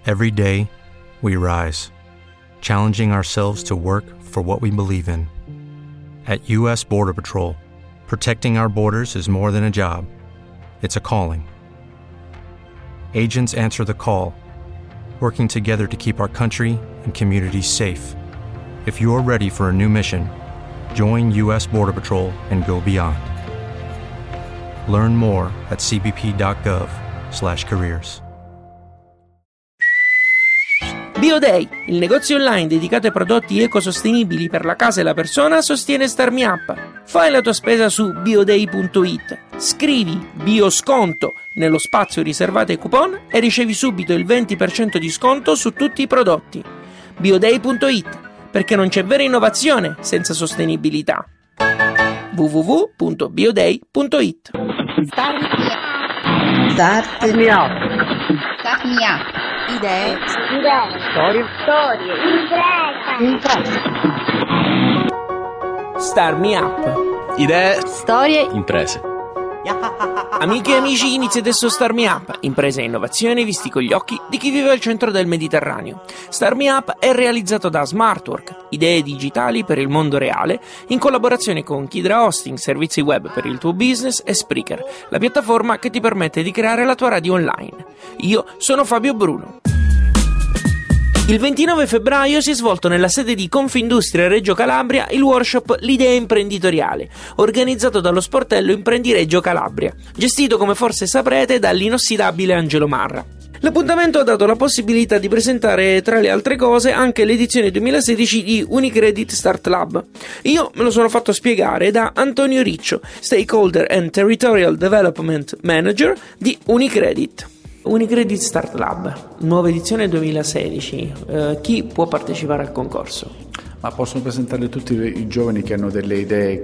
Every day, we rise, challenging ourselves to work for what we believe in. At U.S. Border Patrol, protecting our borders is more than a job. It's a calling. Agents answer the call, working together to keep our country and communities safe. If you're ready for a new mission, join U.S. Border Patrol and go beyond. Learn more at cbp.gov/careers. BioDay, il negozio online dedicato ai prodotti ecosostenibili per la casa e la persona, sostiene StarMeUp. Fai la tua spesa su bioday.it, scrivi biosconto nello spazio riservato ai coupon e ricevi subito il 20% di sconto su tutti i prodotti. bioday.it, perché non c'è vera innovazione senza sostenibilità. www.bioday.it. StarMeUp. Idee. Storie. Impresa. StarMeUp. Idee. Storie. Imprese. Amiche e amici, inizia adesso StarMeUp, impresa e innovazione visti con gli occhi di chi vive al centro del Mediterraneo. StarMeUp è realizzato da Smartwork, idee digitali per il mondo reale, in collaborazione con Kidra Hosting, servizi web per il tuo business, e Spreaker, la piattaforma che ti permette di creare la tua radio online. Io sono Fabio Bruno. Il 29 febbraio si è svolto nella sede di Confindustria Reggio Calabria il workshop L'idea imprenditoriale, organizzato dallo sportello Imprendi Reggio Calabria, gestito, come forse saprete, dall'inossidabile Angelo Marra. L'appuntamento ha dato la possibilità di presentare, tra le altre cose, anche l'edizione 2016 di Unicredit Start Lab. Io me lo sono fatto spiegare da Antonio Riccio, Stakeholder and Territorial Development Manager di Unicredit. Unicredit Start Lab, nuova edizione 2016. Chi può partecipare al concorso? Ma possono presentare tutti i giovani che hanno delle idee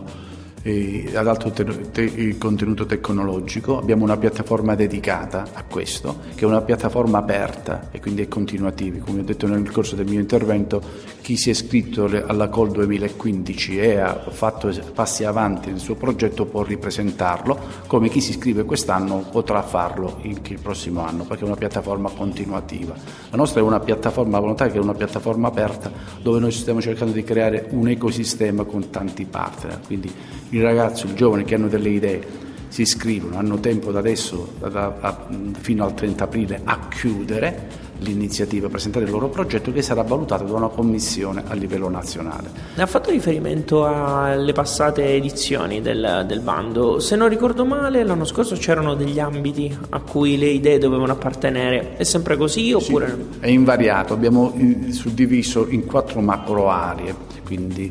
ad alto contenuto tecnologico. Abbiamo una piattaforma dedicata a questo, che è una piattaforma aperta e quindi è continuativa. Come ho detto nel corso del mio intervento, chi si è iscritto alla Call 2015 e ha fatto passi avanti nel suo progetto può ripresentarlo, come chi si iscrive quest'anno potrà farlo il prossimo anno, perché è una piattaforma continuativa. La nostra è una piattaforma volontaria, che è una piattaforma aperta, dove noi stiamo cercando di creare un ecosistema con tanti partner. Quindi i ragazzi, i giovani che hanno delle idee si iscrivono, hanno tempo da adesso fino al 30 aprile a chiudere l'iniziativa, a presentare il loro progetto, che sarà valutato da una commissione a livello nazionale. Ha fatto riferimento alle passate edizioni del bando. Se non ricordo male, l'anno scorso c'erano degli ambiti a cui le idee dovevano appartenere. È sempre così oppure? Sì, è invariato. Abbiamo suddiviso in 4 macro aree, quindi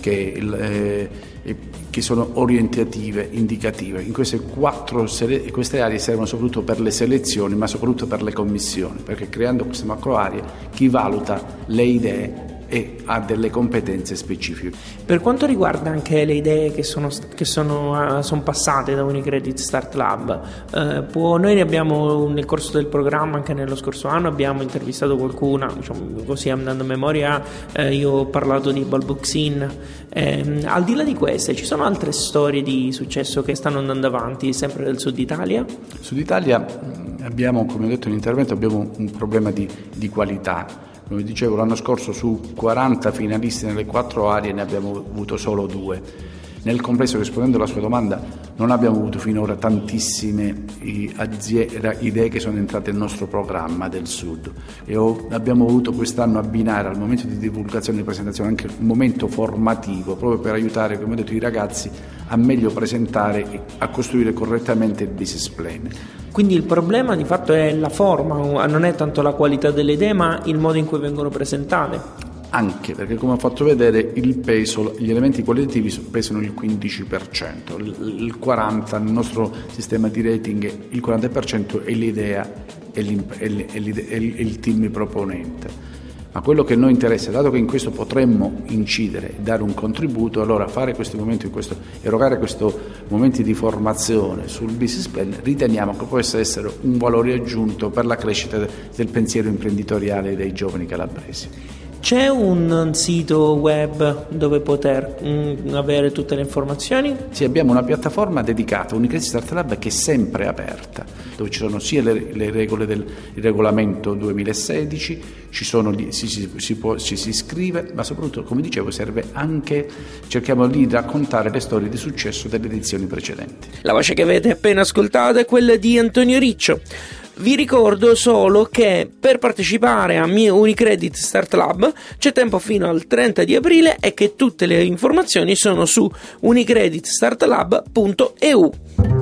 che sono orientative, indicative. In queste aree servono soprattutto per le selezioni, ma soprattutto per le commissioni, perché creando queste macro aree chi valuta le idee e ha delle competenze specifiche. Per quanto riguarda anche le idee che sono passate da Unicredit Start Lab, noi ne abbiamo nel corso del programma, anche nello scorso anno abbiamo intervistato qualcuna, diciamo così andando a memoria, io ho parlato di Balbuxin. Al di là di queste, ci sono altre storie di successo che stanno andando avanti sempre del Sud Italia? Sud Italia abbiamo, come ho detto in intervento, abbiamo un problema di qualità. Come dicevo, l'anno scorso su 40 finalisti nelle 4 aree ne abbiamo avuto solo 2. Nel complesso, rispondendo alla sua domanda, non abbiamo avuto finora tantissime idee che sono entrate nel nostro programma del Sud, e abbiamo voluto quest'anno abbinare al momento di divulgazione e di presentazione anche un momento formativo, proprio per aiutare, come ho detto, i ragazzi a meglio presentare e a costruire correttamente il business plan. Quindi il problema di fatto è la forma, non è tanto la qualità delle idee, ma il modo in cui vengono presentate. Anche perché, come ho fatto vedere, il peso, gli elementi qualitativi pesano il 15%, il 40% nel nostro sistema di rating, il 40% è l'idea e il team proponente. Ma quello che noi interessa, dato che in questo potremmo incidere e dare un contributo, allora fare questi momenti, erogare questi momenti di formazione sul business plan, riteniamo che possa essere un valore aggiunto per la crescita del pensiero imprenditoriale dei giovani calabresi. C'è un sito web dove poter avere tutte le informazioni? Sì, abbiamo una piattaforma dedicata, Unicredit Start Lab, che è sempre aperta, dove ci sono sia le regole del regolamento 2016, ci si iscrive, ma soprattutto, come dicevo, serve anche, cerchiamo di raccontare le storie di successo delle edizioni precedenti. La voce che avete appena ascoltato è quella di Antonio Riccio. Vi ricordo solo che per partecipare a Unicredit Start Lab c'è tempo fino al 30 di aprile e che tutte le informazioni sono su unicreditstartlab.eu.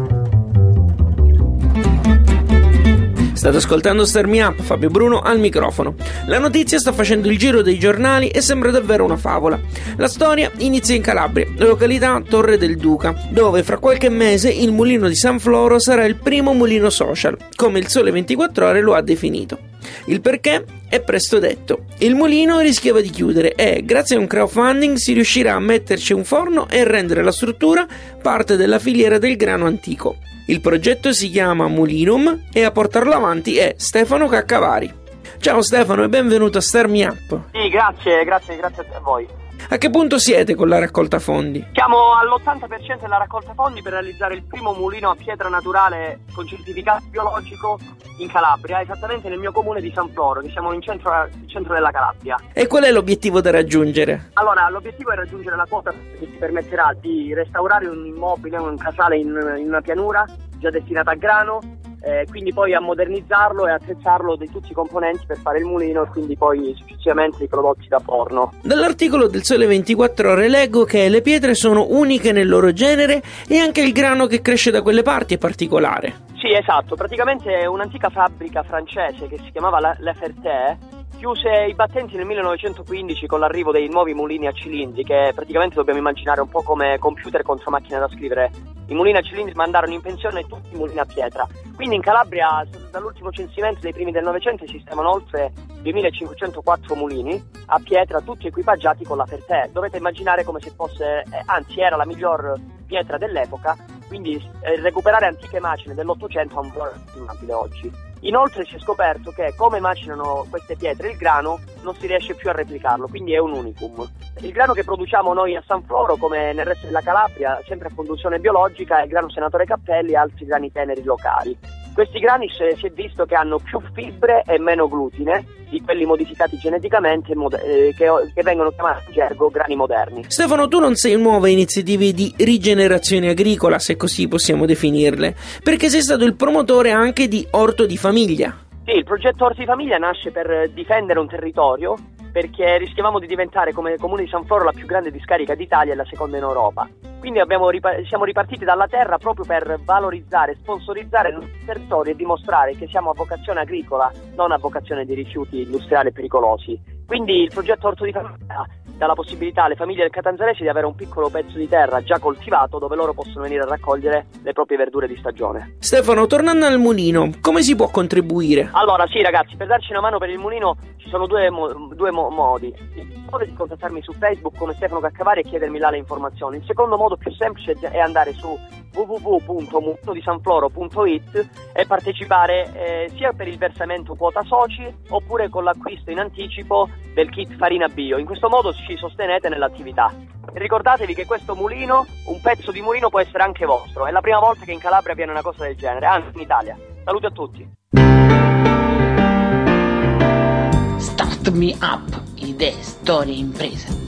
State ascoltando Start Me Up, Fabio Bruno al microfono. La notizia sta facendo il giro dei giornali e sembra davvero una favola. La storia inizia in Calabria, località Torre del Duca, dove fra qualche mese il mulino di San Floro sarà il primo mulino social, come il Sole 24 Ore lo ha definito. Il perché è presto detto. Il mulino rischiava di chiudere e, grazie a un crowdfunding, si riuscirà a metterci un forno e rendere la struttura parte della filiera del grano antico. Il progetto si chiama Mulinum e a portarlo avanti è Stefano Caccavari. Ciao Stefano e benvenuto a Start Me Up. Sì, grazie a voi. A che punto siete con la raccolta fondi? Siamo all'80% della raccolta fondi per realizzare il primo mulino a pietra naturale con certificato biologico in Calabria, esattamente nel mio comune di San Floro, che siamo in centro della Calabria. E qual è l'obiettivo da raggiungere? Allora, l'obiettivo è raggiungere la quota che ci permetterà di restaurare un immobile, un casale in una pianura già destinata a grano, quindi poi a modernizzarlo e attrezzarlo di tutti i componenti per fare il mulino e quindi poi successivamente i prodotti da forno. Dall'articolo del Sole 24 Ore leggo che le pietre sono uniche nel loro genere e anche il grano che cresce da quelle parti è particolare. Sì, esatto, praticamente è un'antica fabbrica francese che si chiamava La Ferté, chiuse i battenti nel 1915 con l'arrivo dei nuovi mulini a cilindri, che praticamente dobbiamo immaginare un po' come computer contro macchina da scrivere. I mulini a cilindri mandarono in pensione tutti i mulini a pietra. Quindi in Calabria, dall'ultimo censimento dei primi del Novecento, esistevano oltre 2504 mulini a pietra, tutti equipaggiati con la Ferté. Dovete immaginare come se fosse, anzi era la miglior pietra dell'epoca, quindi recuperare antiche macine dell'Ottocento è un po' estimabile oggi. Inoltre si è scoperto che come macinano queste pietre il grano non si riesce più a replicarlo, quindi è un unicum. Il grano che produciamo noi a San Floro, come nel resto della Calabria, sempre a conduzione biologica, è il grano Senatore Cappelli e altri grani teneri locali. Questi grani si è visto che hanno più fibre e meno glutine di quelli modificati geneticamente che vengono chiamati in gergo grani moderni. Stefano, tu non sei nuove iniziative di rigenerazione agricola, se così possiamo definirle, perché sei stato il promotore anche di Orto di Famiglia. Sì, il progetto Orto di Famiglia nasce per difendere un territorio, perché rischiavamo di diventare, come comune di San Floro, la più grande discarica d'Italia e la seconda in Europa. Quindi siamo ripartiti dalla terra proprio per valorizzare, sponsorizzare il territorio e dimostrare che siamo a vocazione agricola, non a vocazione di rifiuti industriali e pericolosi. Quindi il progetto Orto di Famiglia dà la possibilità alle famiglie del Catanzarese di avere un piccolo pezzo di terra già coltivato dove loro possono venire a raccogliere le proprie verdure di stagione. Stefano, tornando al mulino, come si può contribuire? Allora sì ragazzi, per darci una mano per il mulino ci sono due modi. Il modo è di contattarmi su Facebook come Stefano Caccavari e chiedermi là le informazioni. Il secondo modo più semplice è andare su www.mulinisanfloro.it e partecipare sia per il versamento quota soci oppure con l'acquisto in anticipo del kit farina bio. In questo modo ci sostenete nell'attività. E ricordatevi che questo mulino, un pezzo di mulino, può essere anche vostro. È la prima volta che in Calabria avviene una cosa del genere, anzi in Italia. Saluti a tutti. Start Me Up, idee, storie, imprese.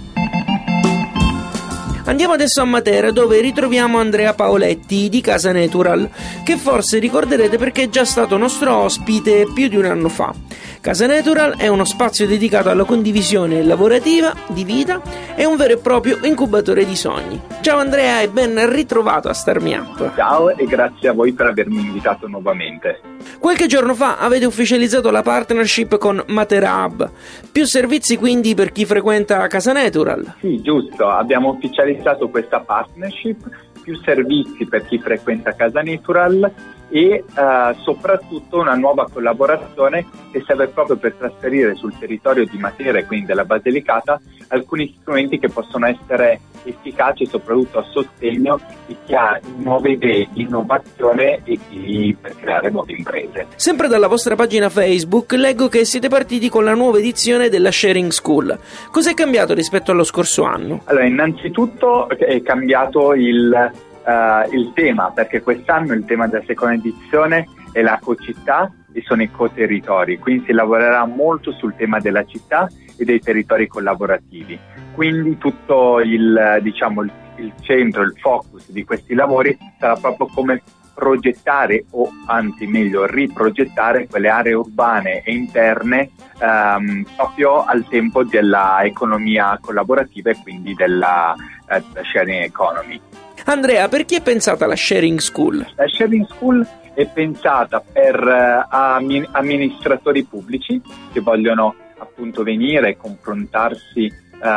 Andiamo adesso a Matera, dove ritroviamo Andrea Paoletti di Casa Natural, che forse ricorderete perché è già stato nostro ospite più di un anno fa. Casa Natural è uno spazio dedicato alla condivisione lavorativa, di vita e un vero e proprio incubatore di sogni. Ciao Andrea e ben ritrovato a Start Me Up. Ciao e grazie a voi per avermi invitato nuovamente. Qualche giorno fa avete ufficializzato la partnership con Matera Hub. Più servizi quindi per chi frequenta Casa Natural? Sì, giusto, abbiamo ufficializzato questa partnership, più servizi per chi frequenta Casa Natural e soprattutto una nuova collaborazione che serve proprio per trasferire sul territorio di Matera e quindi della Basilicata alcuni strumenti che possono essere efficaci soprattutto a sostegno di chi ha nuove idee di innovazione e per creare nuove imprese. Sempre dalla vostra pagina Facebook leggo che siete partiti con la nuova edizione della Sharing School. Cos'è cambiato rispetto allo scorso anno? Allora, innanzitutto è cambiato il tema, perché quest'anno il tema della seconda edizione è la co-città e sono i co-territori, quindi si lavorerà molto sul tema della città e dei territori collaborativi. Quindi tutto il centro, il focus di questi lavori sarà proprio come progettare o anzi meglio riprogettare quelle aree urbane e interne proprio al tempo della economia collaborativa e quindi della sharing economy. Andrea, per chi è pensata la Sharing School? La Sharing School è pensata per amministratori pubblici che vogliono appunto venire e confrontarsi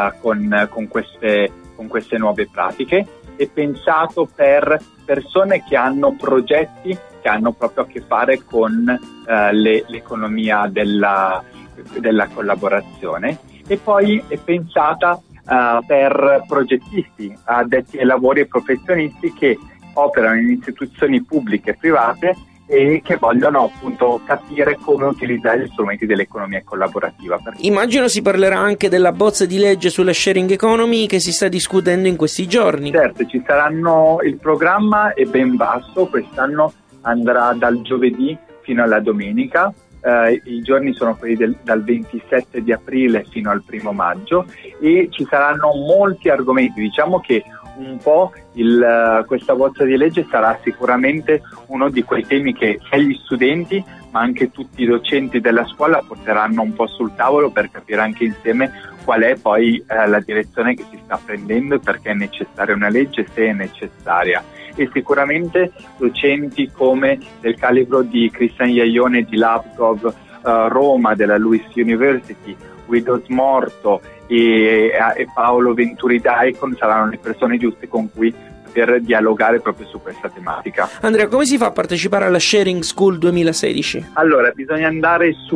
con queste nuove pratiche. È pensato per persone che hanno progetti che hanno proprio a che fare con l'economia della collaborazione, e poi è pensata per progettisti, addetti ai lavori e professionisti che operano in istituzioni pubbliche e private e che vogliono appunto capire come utilizzare gli strumenti dell'economia collaborativa. Immagino si parlerà anche della bozza di legge sulla sharing economy che si sta discutendo in questi giorni. Certo, ci saranno, il programma è ben vasto, quest'anno andrà dal giovedì fino alla domenica. I giorni sono quelli dal 27 di aprile fino al 1 maggio e ci saranno molti argomenti. Diciamo che un po' questa bozza di legge sarà sicuramente uno di quei temi che sia gli studenti ma anche tutti i docenti della scuola porteranno un po' sul tavolo per capire anche insieme qual è poi la direzione che si sta prendendo e perché è necessaria una legge, se è necessaria. E sicuramente docenti come del calibro di Cristian Iaione di LabGov Roma, della Luis University, Guido Smorto e Paolo Venturi d'Icon saranno le persone giuste con cui per dialogare proprio su questa tematica. Andrea, come si fa a partecipare alla Sharing School 2016? Allora, bisogna andare su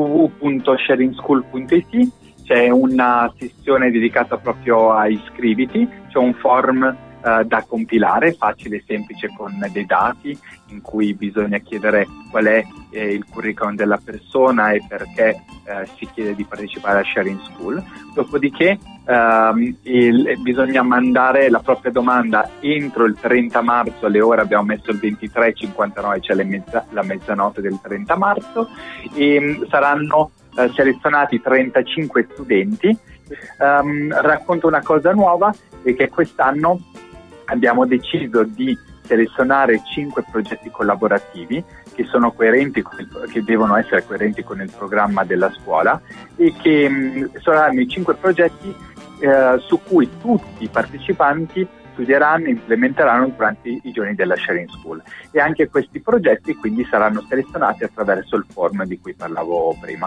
www.sharingschool.it, c'è una sezione dedicata proprio a iscriviti, c'è un form da compilare, facile e semplice, con dei dati in cui bisogna chiedere qual è il curriculum della persona e perché si chiede di partecipare alla Sharing School. Dopodiché bisogna mandare la propria domanda entro il 30 marzo alle ore, abbiamo messo il 23:59, cioè la mezzanotte del 30 marzo, e saranno selezionati 35 studenti. Racconto una cosa nuova, è che quest'anno abbiamo deciso di selezionare 5 progetti collaborativi che sono coerenti che devono essere coerenti con il programma della scuola e che saranno i 5 progetti su cui tutti i partecipanti studieranno e implementeranno durante i giorni della Sharing School, e anche questi progetti quindi saranno selezionati attraverso il form di cui parlavo prima.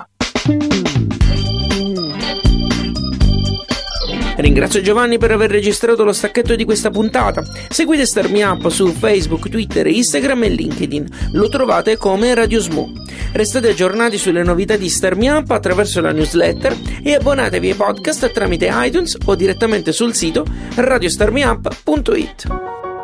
Ringrazio Giovanni per aver registrato lo stacchetto di questa puntata. Seguite Start Me Up su Facebook, Twitter, Instagram e LinkedIn. Lo trovate come Radio Smo. Restate aggiornati sulle novità di Start Me Up attraverso la newsletter e abbonatevi ai podcast tramite iTunes o direttamente sul sito radiostarmeup.it.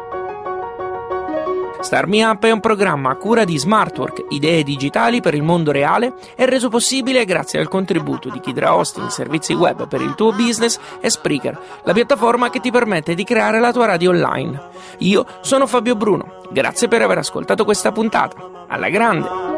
Start Me Up è un programma a cura di Smartwork, idee digitali per il mondo reale, e reso possibile grazie al contributo di Kidra Hosting, servizi web per il tuo business, e Spreaker, la piattaforma che ti permette di creare la tua radio online. Io sono Fabio Bruno, grazie per aver ascoltato questa puntata. Alla grande!